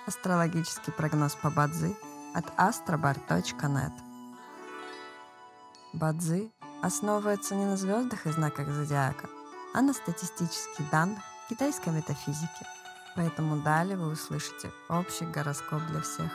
Астрологический прогноз по Бадзи от astrobar.net. Бадзи основывается не на звездах и знаках зодиака, а на статистических данных китайской метафизики. Поэтому далее вы услышите общий гороскоп для всех.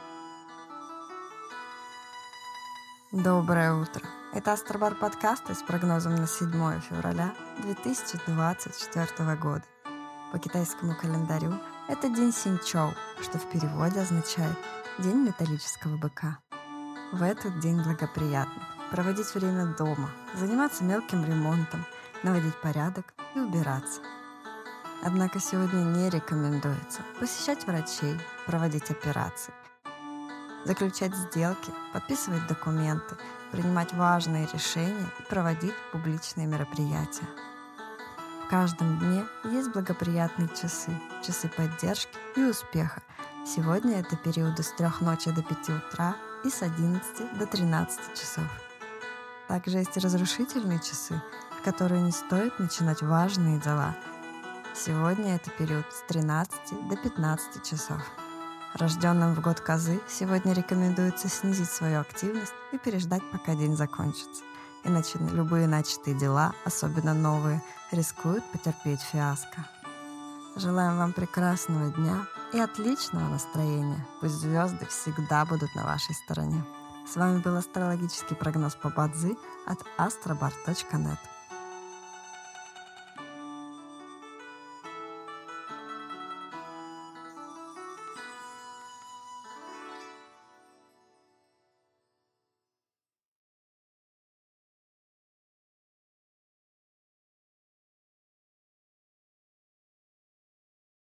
Доброе утро! Это Астробар подкасты с прогнозом на 7 февраля 2024 года. По китайскому календарю это день Синьчоу, что в переводе означает «день металлического быка». В этот день благоприятно проводить время дома, заниматься мелким ремонтом, наводить порядок и убираться. Однако сегодня не рекомендуется посещать врачей, проводить операции, заключать сделки, подписывать документы, принимать важные решения и проводить публичные мероприятия. В каждом дне есть благоприятные часы, часы поддержки и успеха. Сегодня это периоды с 3 ночи до 5 утра и с 11 до 13 часов. Также есть и разрушительные часы, в которые не стоит начинать важные дела. Сегодня это период с 13 до 15 часов. Рожденным в год Козы сегодня рекомендуется снизить свою активность и переждать, пока день закончится. Иначе любые начатые дела, особенно новые, рискуют потерпеть фиаско. Желаем вам прекрасного дня и отличного настроения. Пусть звезды всегда будут на вашей стороне. С вами был астрологический прогноз по Бадзи от astrobar.net.